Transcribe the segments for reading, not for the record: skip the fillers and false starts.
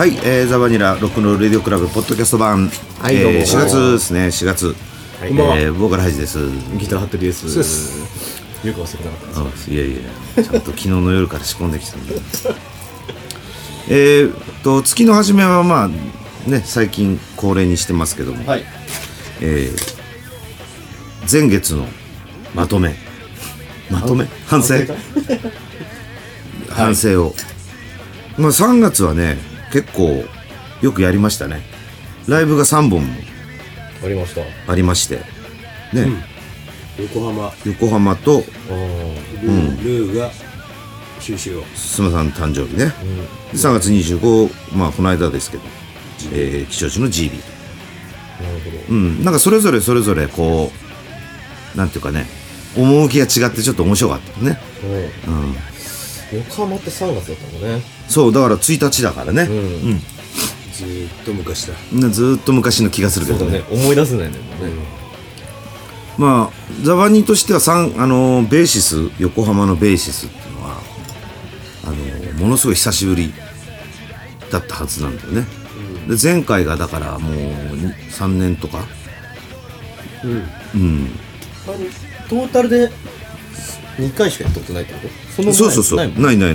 はい、ザバニラロックンロールレディオクラブポッドキャスト版、 はいどうも 4月ですね、4月、 はい、 ボーカルハイジです。 ギターハッテリです。 そうです。 よく忘れなかったんですいやいや、ちゃんと昨日の夜から仕込んできたんで月の初めはまあね、最近恒例にしてますけども、 はい、 前月のまとめ反省反省を、まあ3月はね結構よくやりましたね。ライブが3本もありました。 ありましてね、横浜とルーが収集を須磨さんの誕生日ね、3月25、まあこの間ですけど、気象庁の GB、 なるほど、 なんかそれぞれこうなんていうかね、趣が違ってちょっと面白かったね。 横浜って3月だったのね。 そうだから1日だからね、 ずーっと昔だ。 ずーっと昔の気がするけどね。 思い出せないんだよね。 まあザバニとしてはベーシス、横浜のベーシスっていうのはものすごい久しぶりだったはずなんだよね、で前回がだからもう3年とか、 トータルで2回しか撮ってないってこと？ そうない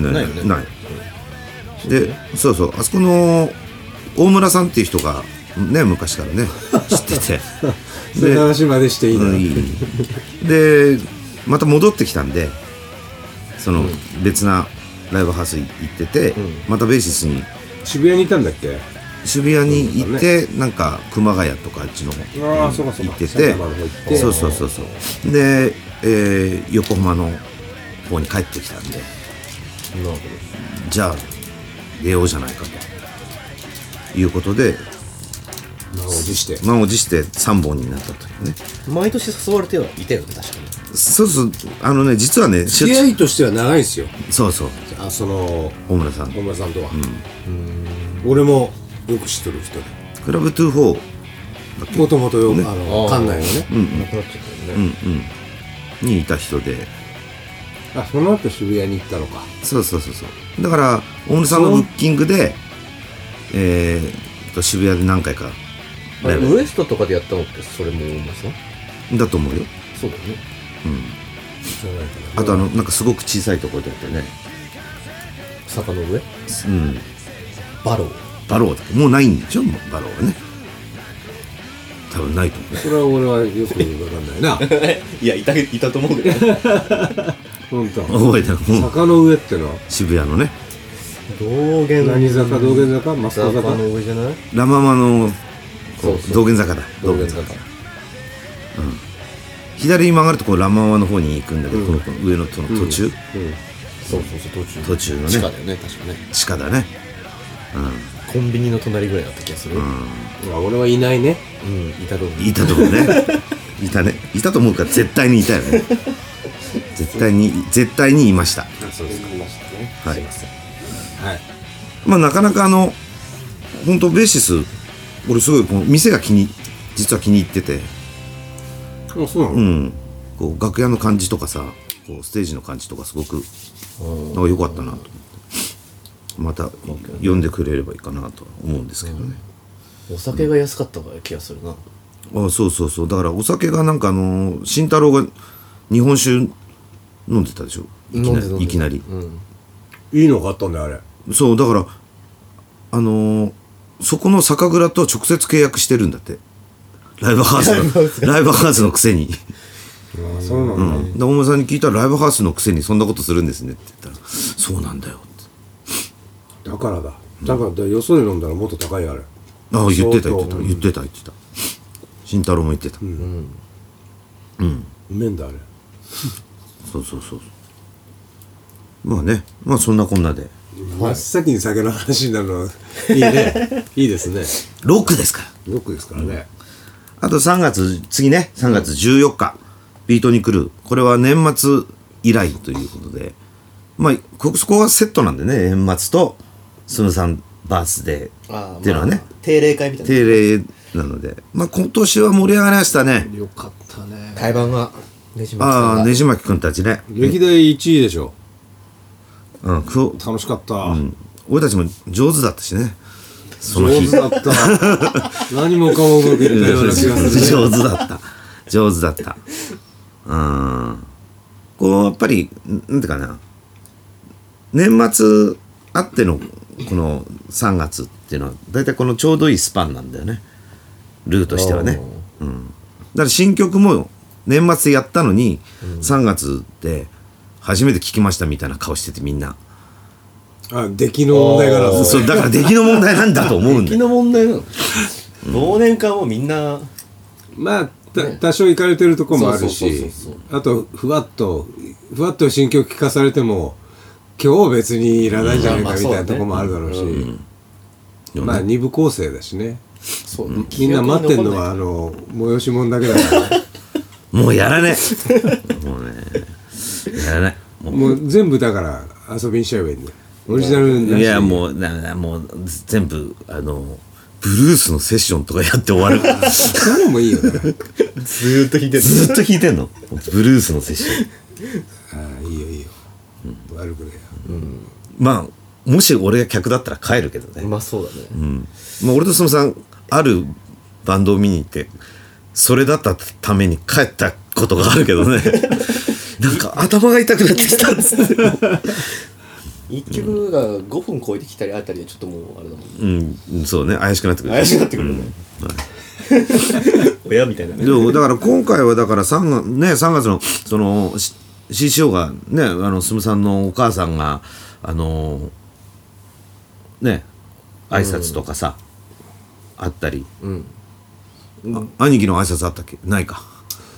で、そうあそこの大村さんっていう人がね、昔からね知っててそういう話までしていいの？ でまた戻ってきたんで、その別なライブハウス行ってて、またベーシスに渋谷にいたんだっけ？ 渋谷に行って、なんか熊谷とかあっちの方行ってて、そうで、横浜の方に帰ってきたんで、じゃあ出ようじゃないかということで、満を持して3本になったというね。 毎年誘われてはいたよね、確かに。 そう実はね、 付き合いとしては長いですよ。 その大村さんとは、 俺もよく知ってる人で、 クラブ24 もともと館内のね、 亡くなっちゃったよね。 にいた人で、 その後渋谷に行ったのか。 そうだから大村さんのブッキングで渋谷で何回かウエストとかでやったのってそれも大村さんだと思うよ。 そうだよね。 あとなんかすごく小さいところでやってね、 坂の上、バローだけもうないんでしょ、バローはね。多分ないと思う。 それは俺はよく分かんないな。 いや、いたと思うけど本当覚えてる。 坂の上ってのは渋谷のね、 何坂、道玄坂、増田坂の上じゃない？ ラママの道玄坂だ。左に曲がるとこうラママの方に行くんだけど、この上の途中、途中のね、 地下だよね、確かね。 地下だね。 コンビニの隣ぐらいだった気がする。 俺はいないね。 いたと思うね。いたと思うから絶対にいたよね。絶対にいました。 そうですか。 はい。 すいません。はい。 まあなかなか本当ベーシス、俺すごいこの店が実は気に入ってて。 そうなの？ こう楽屋の感じとかさ、こうステージの感じとかすごくなんか良かったなと思って、また呼んでくれればいいかなと思うんですけどね。 お酒が安かった気がするな。 そうだからお酒がなんか慎太郎が日本酒飲んでたでしょ、いきなり。 いいのがあったんだよあれ。 そうだからそこの酒蔵と直接契約してるんだって、ライブハウスのくせに。 そうなんだ。 大村さんに聞いたら、ライブハウスのくせにそんなことするんですねって言ったら、そうなんだよって。 だからよそで飲んだらもっと高いよあれ。 言ってた慎太郎も言ってた。 うめえんだあれ。 そうまあね、まあそんなこんなで真っ先に酒の話になるのはいいね。いいですね。 ロックですからね。 あと3月14日ビートに来る、これは年末以来ということで、まあそこはセットなんでね、年末とスムさんバースデーっていうのはね、 定例会みたいな。 定例なので、まあ今年は盛り上がりましたね。 よかったね。 対バンがねじまきくんたちね、 歴代1位でしょ。楽しかった。 俺たちも上手だったしね。 その日。 上手だった何もかもうまくいったような気がする、 上手だった。こうやっぱりなんていうかな、年末あってのこの3月っていうのはだいたいこのちょうどいいスパンなんだよね、ルーとしてはね。だから新曲も年末やったのに、3月で初めて聴きましたみたいな顔してて、みんな出来の問題からそうだから出来の問題なんだと思うんだよ。 出来の問題なの。忘年会もみんなまあ多少行かれてるとこもあるし、あとふわっと新曲聴かされても今日別にいらないんじゃないかみたいなとこもあるだろうし、まあ二部構成だしね。みんな待ってんのは催し物だけだからね。 もうやらねもうねやらない、 もう全部だから遊びにしちゃえばいいんだよ、オリジナルなし。 いやもう全部ブルースのセッションとかやって終わる。 それもいいよね。 ずーっと弾いてんのブルースのセッション。 いいよ、悪くねえよ。 まあもし俺が客だったら帰るけどね。 まあそうだね。 まあ俺とそのさんあるバンドを見に行ってそれだったために帰ったことがあるけどね。なんか頭が痛くなってきたっつって。 一曲が5分超えてきたりあたりでちょっともうあれだもんね。 そうね、怪しくなってくる。 怪しくなってくるね。親みたいなね。 だから今回はだから3月のその CCO がね、スムさんのお母さんがね挨拶とかさ、あったり、兄貴の挨拶あったっけ？ないか。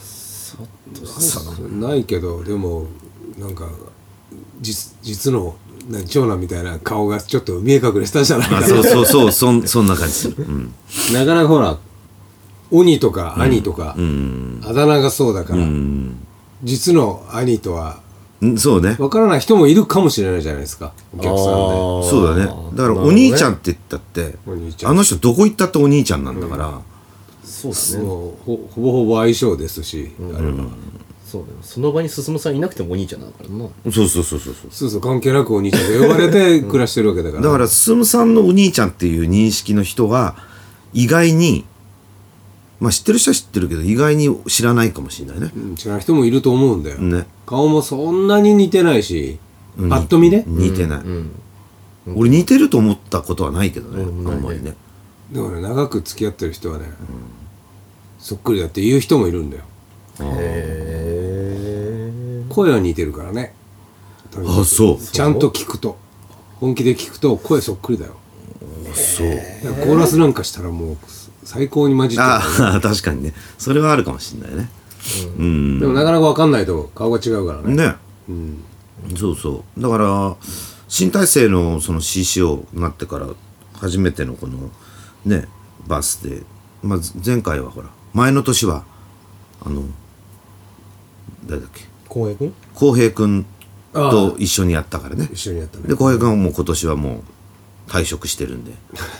ないけど、でもなんか実の長男みたいな顔がちょっと見え隠れしたじゃないかな。 そんな感じする。 なかなかほら鬼とか兄とか、あだ名がそうだから、実の兄とはそうね、 分からない人もいるかもしれないじゃないですか、お客さんで。 そうだね。だからお兄ちゃんって言ったって、あの人どこ行ったってお兄ちゃんなんだから、 そうですね。 ほぼほぼ相性ですし、あれはそうだよ。その場に進さんいなくてもお兄ちゃんだからな。 そう関係なくお兄ちゃんと呼ばれて暮らしてるわけだから。 だから進さんのお兄ちゃんっていう認識の人が意外に、まあ知ってる人は知ってるけど意外に知らないかもしれないね。 知らない人もいると思うんだよね。 顔もそんなに似てないし、パッと見ね。 似てない。俺似てると思ったことはないけどね、あんまりね。 でもね、長く付き合ってる人はね、そっくりだって言う人もいるんだよ。声は似てるからね。 そうちゃんと聞くと、本気で聞くと声そっくりだよ。 そうコーラスなんかしたらもう最高に混じってる、 ね、確かにね、それはあるかもしれないね。 でもなかなか分かんないと顔が違うからね。 そうだから新体制のその CCO になってから初めてのこのねバースで、まあ、前回はほら前の年は誰だっけ、 浩平君と一緒にやったからね。 一緒にやったね。 で浩平君はもう今年はもう退職してるんで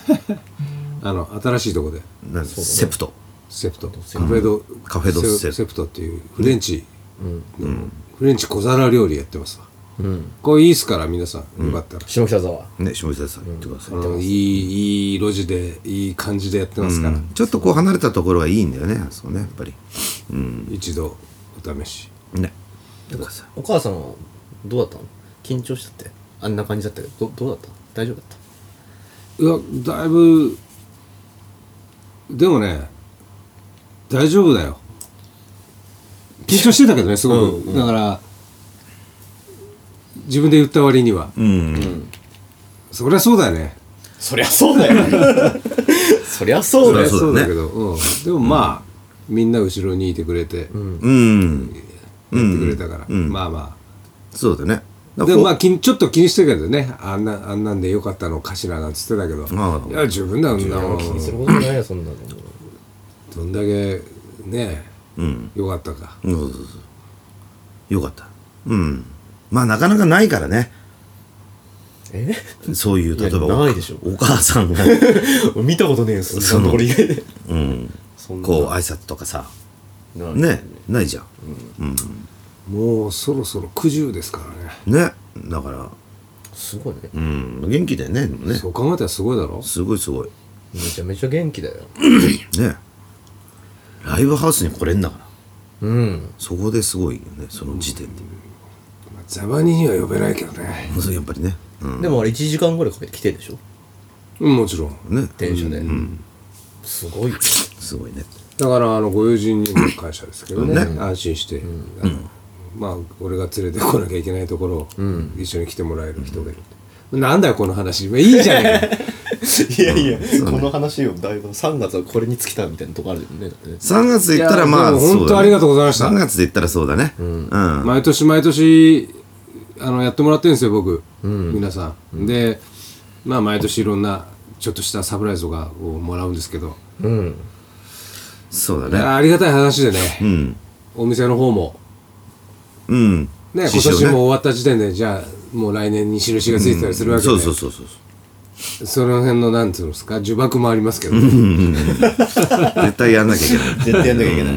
新しいとこでセプトカフェドセプトっていうフレンチ小皿料理やってますわ。これいいっすから皆さんよかったら下北沢ね、下北沢行ってください。 いい路地でいい感じでやってますから、 ちょっとこう離れたところがいいんだよね、あそこね、やっぱり。 一度お試しね。 お母さんはどうだったの？緊張したって、あんな感じだったけど、どうだった？大丈夫だった？ いや、だいぶでもね大丈夫だよ。緊張してたけどね、すごく。だから自分で言った割には、そりゃそうだよね。 そりゃそうだよね。そりゃそうだよ。 そうだけど、でもまあみんな後ろにいてくれて、やってくれたから、まあまあそうだね。 でもまあちょっと気にしてるけどね、あんなんでよかったのかしらなんつってたけど、いや十分だよ。気にすることないよ、そんなの。 どんだけね、よかったか。 よかった。まあなかなかないからね。そういう、例えばないでしょ、 お母さんが見たことねえよ、そのこれ以外で。 こう挨拶とかさ、ね、ないじゃん。 もうそろそろ90ですからね。 ね、だからすごいね。 元気だよね。でもね。 そう考えたらすごいだろ。 すごいすごい。 めちゃめちゃ元気だよ。 ね。ライブハウスに来れんだから。 うん。 そこですごいよね。その時点で。 ザバニには呼べないけどね。 そうやっぱりね。 でもあれ1時間ぐらいかけて来てるでしょ。 もちろん。 ね。 電車で。すごい。 すごいね。 だからご友人にも感謝ですけどね。安心して。まあ俺が連れてこなきゃいけないところを一緒に来てもらえる人がいる。なんだよこの話。いいじゃないか。 いやいや、この話をだいぶ3月はこれに尽きたみたいなとこあるよね。 3月で言ったらまあ本当ありがとうございました。 3月で言ったらそうだね。 毎年毎年やってもらってるんですよ僕、皆さん。でまあ毎年いろんなちょっとしたサプライズとかをもらうんですけど、 そうだね。 ありがたい話でね、お店の方もね、 今年も終わった時点でじゃあもう来年に印がついてたりするわけで、その辺のなんていうんですか、呪縛もありますけど、 絶対やんなきゃいけない。 絶対やんなきゃいけない。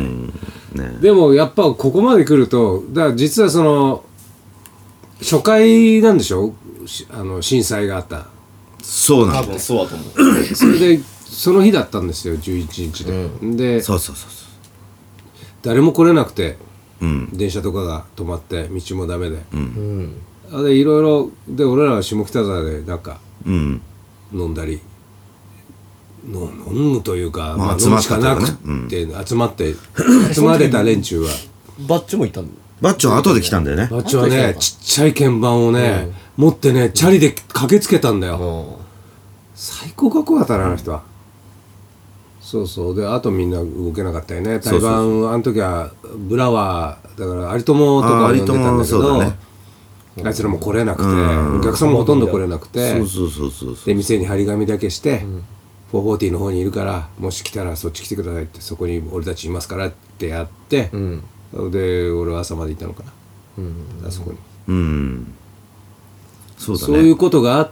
でもやっぱここまで来ると、だから実はその初回なんでしょ、震災があった。 そうなんだ。 多分そうだと思う。 それでその日だったんですよ、11日で。で、 そう誰も来れなくて、電車とかが止まって道もダメで、でいろいろで俺らは下北沢でなんか飲んだり、飲むというか、まあ、飲むしかなくて集まれた連中はバッチもいたんだ。 バッチョは後で来たんだよね。 バッチョはね、ちっちゃい鍵盤をね、持ってね、チャリで駆けつけたんだよ。最高かっこよかったな、あの人は。そうそう。で、あとみんな動けなかったよね。台湾、あの時はブラワーだから有友とか呼んでたんだけど、あいつらも来れなくて、お客さんもほとんど来れなくて、で店に張り紙だけして、440の方にいるからもし来たらそっち来てくださいって、そこに俺たちいますからってやって、で俺は朝まで行ったのかな、あそこに。 そうだね。 そういうことがあって、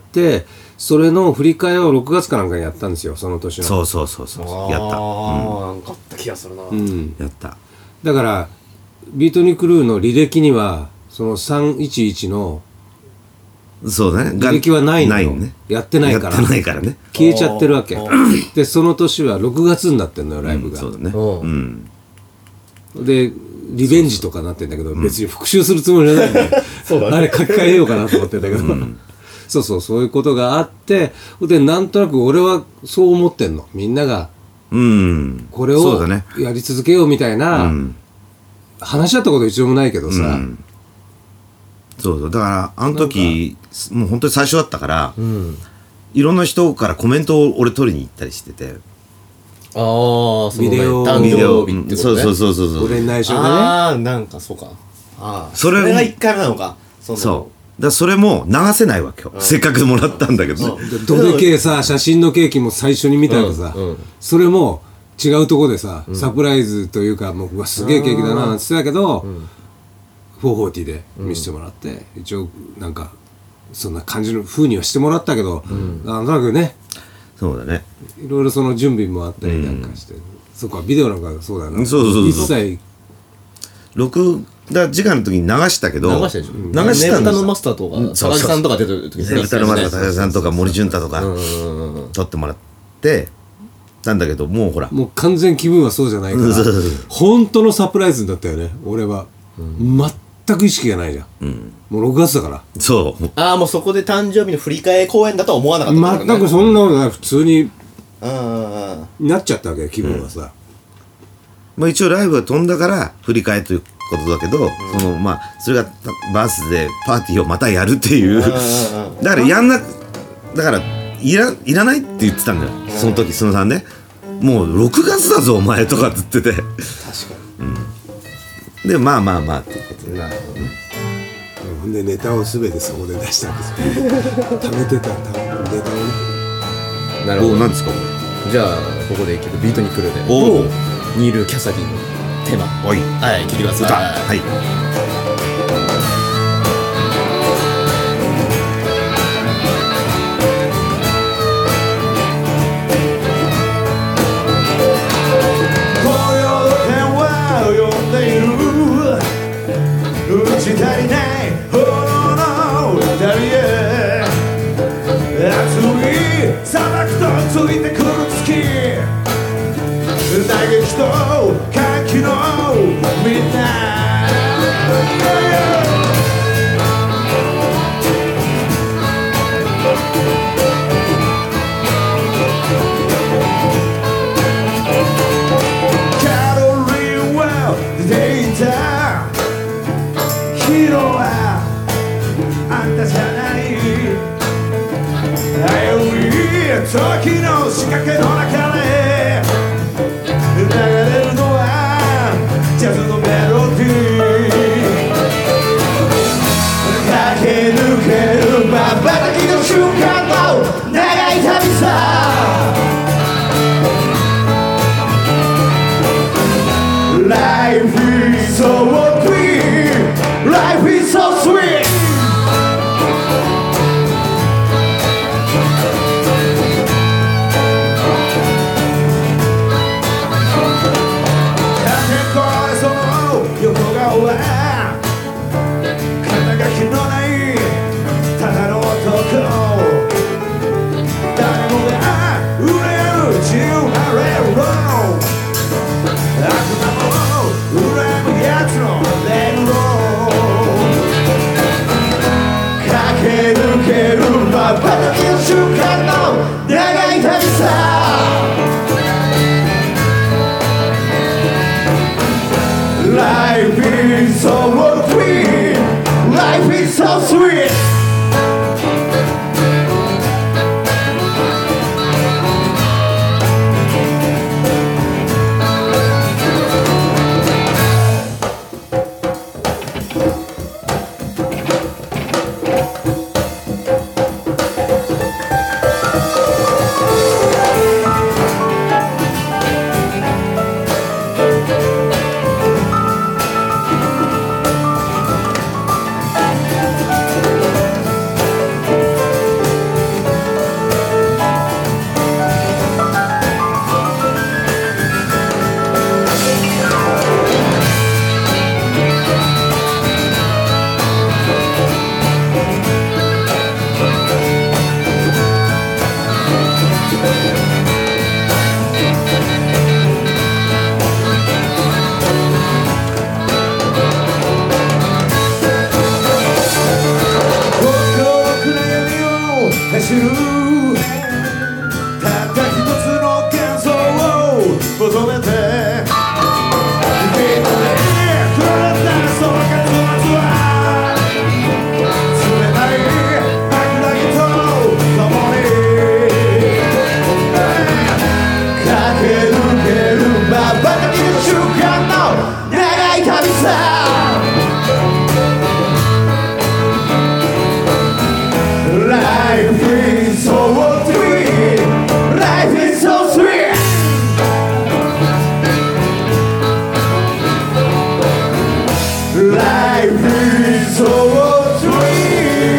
それの振り替えを6月かなんかにやったんですよ、その年の。 そうやった。 なんかあった気がするな。 やった。 だからビートニクルーの履歴にはその311のそうだね。 履歴はないのよ。やってないから。 やってないからね。 消えちゃってるわけ。でその年は6月になってんのよ、ライブが。 そうだね。 でリベンジとかなってんだけど、別に復讐するつもりはないんであれ書き換えようかなと思ってんだけど、そういうことがあって、でなんとなく俺はそう思ってんの、みんながこれをやり続けようみたいな話し合ったこと一度もないけどさ、 そうだからあの時もう本当に最初だったから、いろんな人からコメントを俺取りに行ったりしてて、 そのビデオ誕生日ってことね。 そう俺に内緒でね。 なんかそうか。 それが1回目なのか。 そうだからそれも流せないわけよ、せっかくもらったんだけどね。 どでけえさ写真のケーキも最初に見たらさ、それも違うとこでさ、サプライズというか、もううわすげえケーキだななんて言ってたけど、440で見せてもらって、一応なんかそんな感じの風にはしてもらったけど、なんとなくね、 そうだね、 いろいろその準備もあったりなんかして、そっかビデオなんかそうだよな、 そう一切録画時間の時に流したけど、 流したでしょ。ねぶたのマスターとか高木さんとか出てる時にねぶたのマスター高木さんとか森潤太とか撮ってもらってなんだけど、もうほらもう完全気分はそうじゃないから本当のサプライズだったよね、俺は。全く意識がないじゃん、もう6月だから。 そうもうそこで誕生日の振り替え公演だとは思わなかった。 全くそんなことない、普通になっちゃったわけよ、気分はさ。 まあ一応ライブが飛んだから振り替えということだけど、それがバースでパーティーをまたやるっていうだからだからいらないって言ってたんだよ、その時。そのさんね、もう6月だぞお前とかって言ってて、確かに、でまあっていうことで、 ほんでネタを全てそこで出したんですよ貯めてたネタをね。 なるほど。 何ですかじゃあここで一曲ビートに来るでニール・キャサディのテーマ、はい聴いてください。 はい。 足りないほどの二人へつき嘆きと歓喜のみんなカロリーは出ていたヒーローはあんたじゃない危うい時の仕掛けの中で流れるのはジャズのメロディー駆け抜ける瞬きの瞬間の長い旅さ Life is so sweet Life is so sweet横顔は肩書きのないただの男誰もが憂う自由なレール悪魔も恨む奴のレール駆け抜ける瞬きの瞬間の長い旅さLife is so sweet Life is so sweet走るたった一つの幻想を求めてみんなで暮らったその結末は冷たい白濁と共に駆け抜ける瞬きの瞬間の長い旅さLife is so sweet Life is so sweet Life is so sweet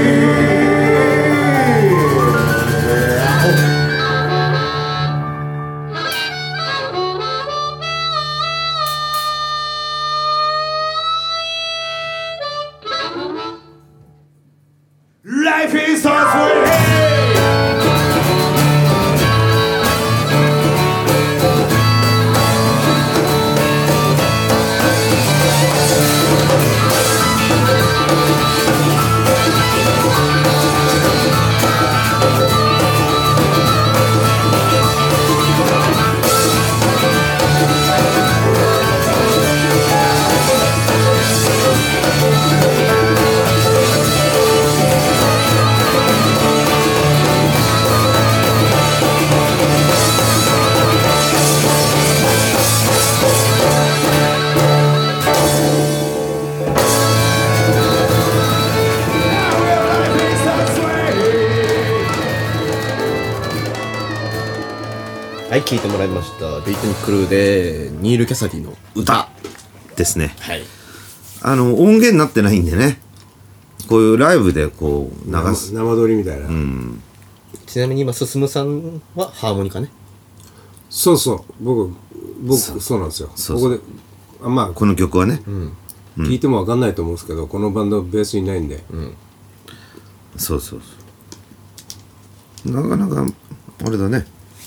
はい、聴いてもらいました。ビートニックルーでニール・キャサディの歌ですね。 はい。 音源になってないんでね、こういうライブでこう流す生撮りみたいな、 ちなみに今進さんはハーモニカね。 そうそう僕そうなんですよ。 そうここでまあこの曲はね、 聞いても分かんないと思うんですけど、このバンドベースいないんで、 そうなかなかあれだね、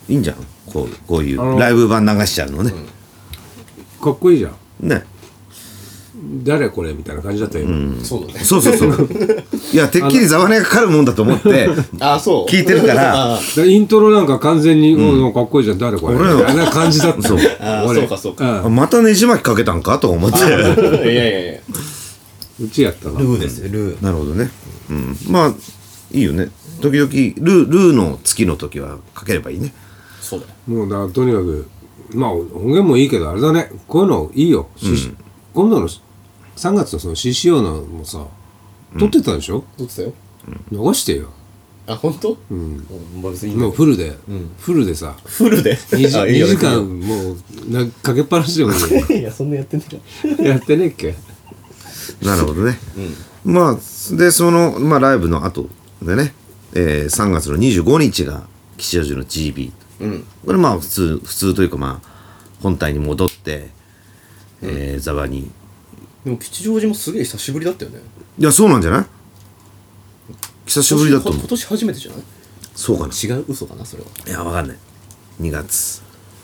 いいんじゃん、こういうライブ版流しちゃうのね、 かっこいいじゃんね。 誰これみたいな感じだったよ、 そうだね。 そういやてっきりざわねがかかるもんだと思ってそう聞いてるからイントロなんか完全に、かっこいいじゃん誰これみたいな感じだったそうそうかまたねじ巻きかけたんかとか思っていやうちやったな。 ルーですよ、ルー。 なるほどね、まあいいよね、時々ルーの月の時はかければいいね。 そうだよ。 もうだからとにかくまあ音源もいいけどあれだね、こういうのいいよ、今度の3月のその CCO のもさ撮ってたでしょ、 撮ってたよ。 流してよ。 あ、本当？別にいいんだもうフルで、フルでさフルで 2時間もうかけっぱなしでもいいよいや、そんなやってんねえか。 やってねえっけ。 なるほどね、まあでその、ライブの後でね、3月の25日が吉祥寺の GB、これ普通というか本体に戻って、ザバに。 でも吉祥寺もすげえ久しぶりだったよね。 いやそうなんじゃない、久しぶりだと思う。 今年初めてじゃない？ そうかな、 違う、嘘かなそれは。 いやわかんない。2月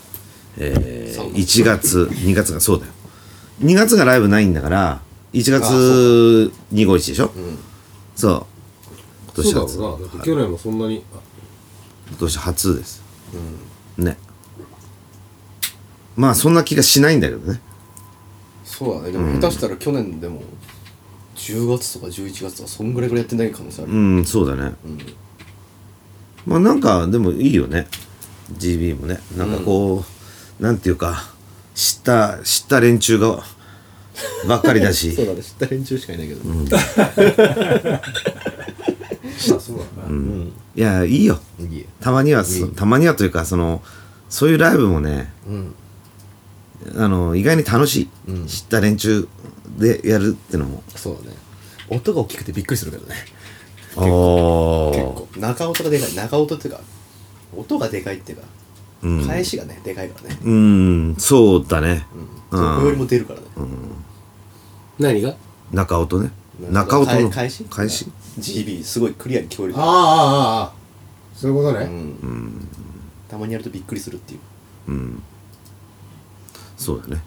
1月2月がそうだよ、2月がライブないんだから1月25日でしょ、そう今年初、 そうだろうな、だって去年もそんなに今年初です、ね。そんな気がしないんだけどね。 そうだね。でも下手したら去年でも10月とか11月とかそんぐらいからやってない可能性ある。 そうだね、なんかでもいいよね GB もね、なんかこう、なんていうか知った連中がばっかりだしそうだね、知った連中しかいないけど、 そうだな、 いやいいよ、 いいよ。 たまにはというかそういうライブもね、意外に楽しい、知った連中でやるってのも。 そうだね。音が大きくてびっくりするけどね。 ああ結構中音がでかい。中音っていうか音がでかいっていうか、返しがねでかいからね。 そうだね、 そこよりも出るからね。 何が中音ね、中音の返し GB すごいクリアに聞こえる。 あそういうことね、 たまにやるとびっくりするっていう。 そうだね、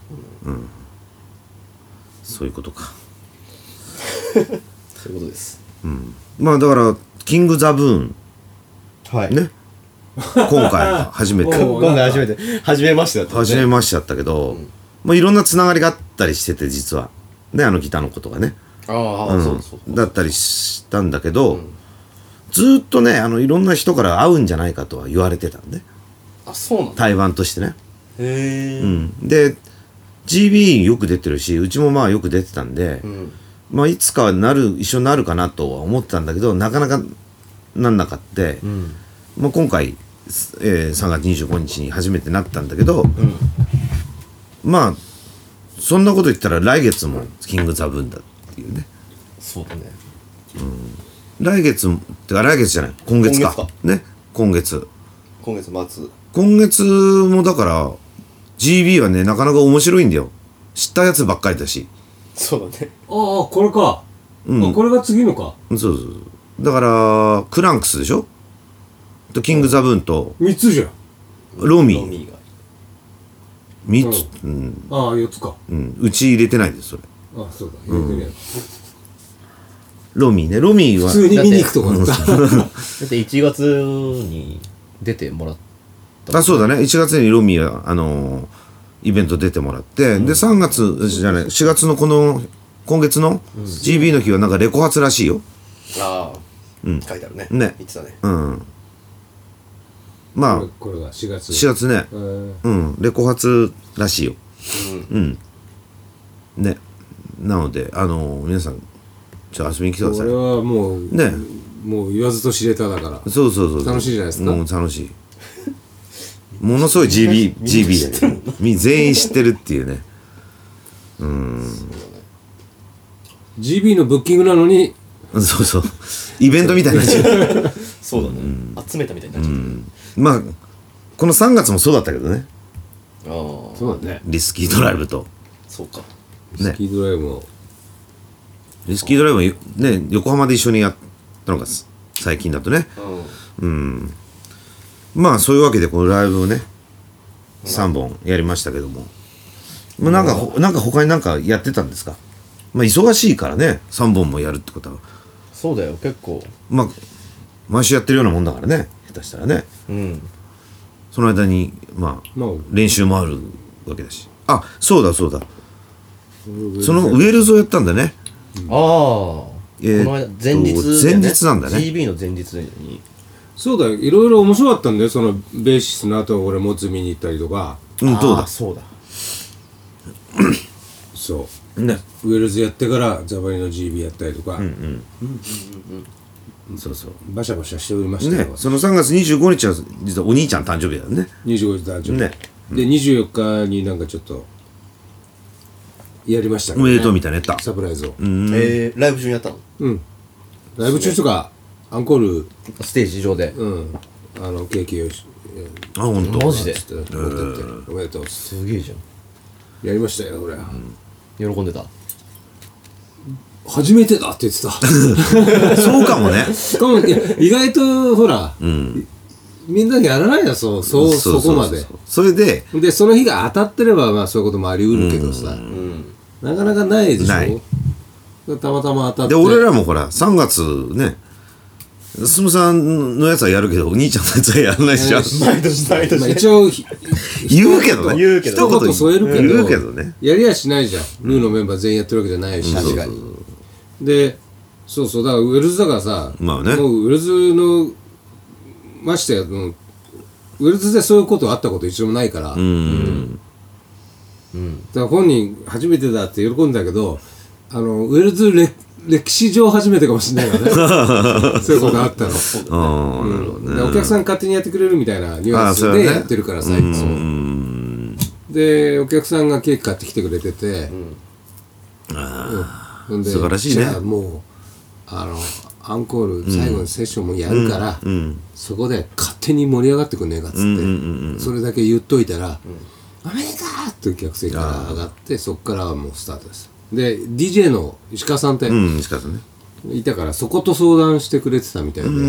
そういうことか。 そういうことです。 だからキングザブーンはいね今回初めて今回初めましてだったね。 初めましてだったけど、いろんなつながりがあったりしてて、実はねギターのことがね、そうだったりしたんだけど、ずーっとねいろんな人から会うんじゃないかとは言われてたんで、 あ、そうなんだ。 対バンとしてね。 へえ。 で GB よく出てるし、うちもよく出てたんで、いつかは一緒になるかなとは思ってたんだけど、なかなかなんなかって、今回、3月25日に初めてなったんだけど、そんなこと言ったら来月もキングザブーンだっていうね。 そうだね。 来月ってか来月じゃない、今月かね、今月末。 今月もだから GB はねなかなか面白いんだよ。知ったやつばっかりだし。 そうだね。 ああこれか、これが次のか。 そうだからクランクスでしょ、とキングザブーンと 3つじゃん。 ロミーが 3つ、 ああ4つか。 うち入れてないですそれ。 ああそうだ入れてるやロミーね、ロミーは普通に見に行くとこだっただって1月に出てもらった。 そうだね、1月にロミーはイベント出てもらって、で3月じゃない4月の今月の GB の日はなんかレコ発らしいよ。 ああ、書いてあるね。 ね言ってたね。 これが4月 4月ね、レコ発らしいよ。ね、なので皆さん遊びに来てください。 これはもうね、 もう言わずと知れただから。 そう楽しいじゃないですか。 楽しい。ものすごい GB だよ。全員知ってるっていうね。 GB のブッキングなのに。 そうイベントみたいになっちゃう。 そうだね、集めたみたいになっちゃう。 この3月もそうだったけどね。 ああ、 そうだね。 リスキードライブとそうか。 スキードライブもリスキードライブもね横浜で一緒にやったのが最近だとね。 まあそういうわけでこのライブをね3本やりましたけども、まあ、なんか他になんかやってたんですか？まあ忙しいからね3本もやるってことは。 そうだよ結構。 まあ毎週やってるようなもんだからね下手したらね。その間にまあ練習もあるわけだし。あ、そうだそのウェルズをやったんだね。 ああ、この間前日なんだね。 GB の前日に。 そうだよ、いろいろ面白かったんだよ。そのベーシスの後俺モツ見に行ったりとか。 どうだそうだそうね、ウェルズやってからザバリの GB やったりとか、そうそうバシャバシャしておりましたよ、 ね、その3月25日は実はお兄ちゃん誕生日だよね。 25日誕生日、 ね、 で24日になんかちょっとやりましたね、 おめでとうみたいなやったサプライズを。 ライブ中にやったの？ ライブ中とかアンコールステージ上で。 ケーキをあ、ほんとマジでおめでとうすげえじゃん。 やりましたよ俺、 喜んでた。 初めてだって言ってたそうかもね。 しかも意外とほら、みんなやらないよそこまで。 それでその日が当たってればまあそういうこともあり得るけどさ、なかなかないでしょ。たまたま当たって。 で俺らもほら3月ねすむさんのやつはやるけどお兄ちゃんのやつはやらないじゃん。 毎年まあ一応言うけどね。 一言添えるけど言うけどね。 やりやしないじゃん。ルーのメンバー全員やってるわけじゃないし。 確かに。 でそうだからウェルズだからさ、 まあね、 もうウェルズのましてやウェルズでそういうことあったこと一度もないから、だから本人初めてだって喜んだけどウェルズ歴史上初めてかもしれないからねそういうことあったの。でお客さん勝手にやってくれるみたいなニュアンスでやってるからさ、いつもでお客さんがケーキ買ってきてくれてて、 素晴らしいね。 じゃあもうアンコール最後のセッションもやるから、そこで勝手に盛り上がってくんねえかっつって、それだけ言っといたら「アメリカ!」って客席から上がって、そこからはもうスタートです。で DJ の石川さんって石川さんねいたからそこと相談してくれてたみたいで、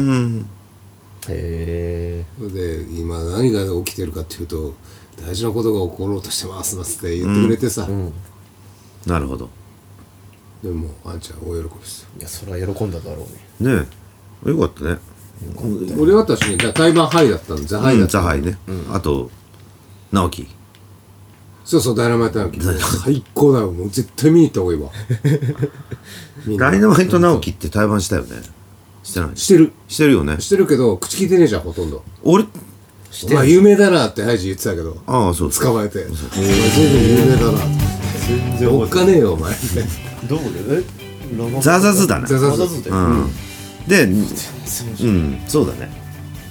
へえ。で今何が起きてるかっていうと大事なことが起ころうとしてますなんつって言ってくれてさ、 なるほど。 でもあんちゃん大喜びですよ。 いやそれは喜んだだろうね。 ねえよかったね。 俺は私ね対バンハイだったの。ザハイだったザハイね。あと直樹。 そうダイナマイト直樹最高だよ。もう絶対見に行った方がいいわダイナマイト直樹って対バンしたよね。してない？してるよね。 してるけど口聞いてねえじゃんほとんど。 俺お前有名だなってハイジ言ってたけど、 ああそう捕まえてお前随分有名だなって全然おっかねえよお前どこでザザズだな。 ザザズででそうだね。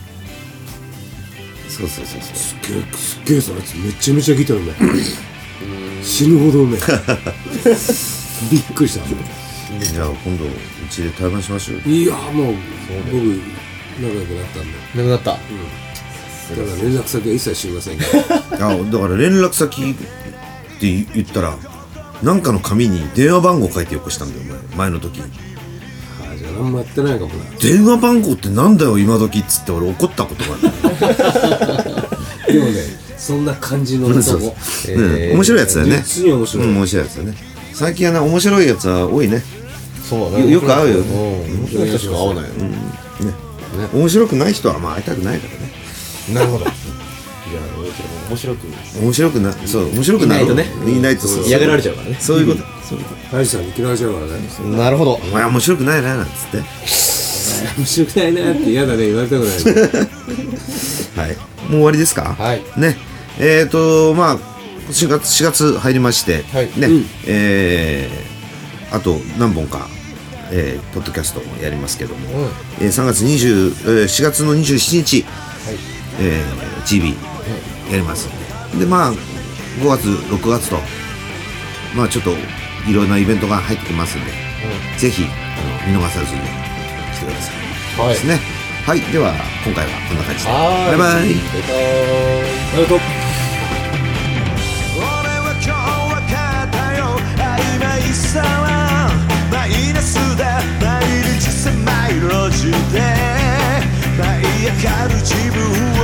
そうすっげえさあいつめちゃめちゃギターうまい死ぬほどうめえびっくりした。 じゃあ今度うちで対バンしましょう。 いやもう僕仲良くなったんで。 なくなった。 だから連絡先は一切知りませんけどだから連絡先って言ったらなんかの紙に電話番号書いてよこしたんだよお前前の時。 じゃあ何もやってないかもな。 電話番号ってなんだよ今時っつって俺怒ったことがあるでもねそんな感じの男面白いやつだよね。 実に面白い面白いやつだね。最近はね面白いやつは多いね。 そうだね。 よく会うよ。 面白い人しか会わないよ。 面白くない人はまあ会いたくないからね。 なるほど。いや面白くそう面白くないとねいないと嫌がられちゃうからね。 そういうこと。 ハイジさんに嫌われちゃうからね。 なるほど。 お前面白くないななんつって面白くないなって嫌だね言われたくないはいもう終わりですか。 はいねまあ4月入りましてねあと何本かポッドキャストもやりますけども4月の27日GB やりますんでまあ5月6月とまあちょっといろんなイベントが入ってきますんでぜひ見逃さずに来てください。 はいですね。はいでは今回はこんな感じでバイバイ。 ありがとう。 俺は今日わかったよ曖昧さはマイナスだ毎日狭い路地で舞い上がる自分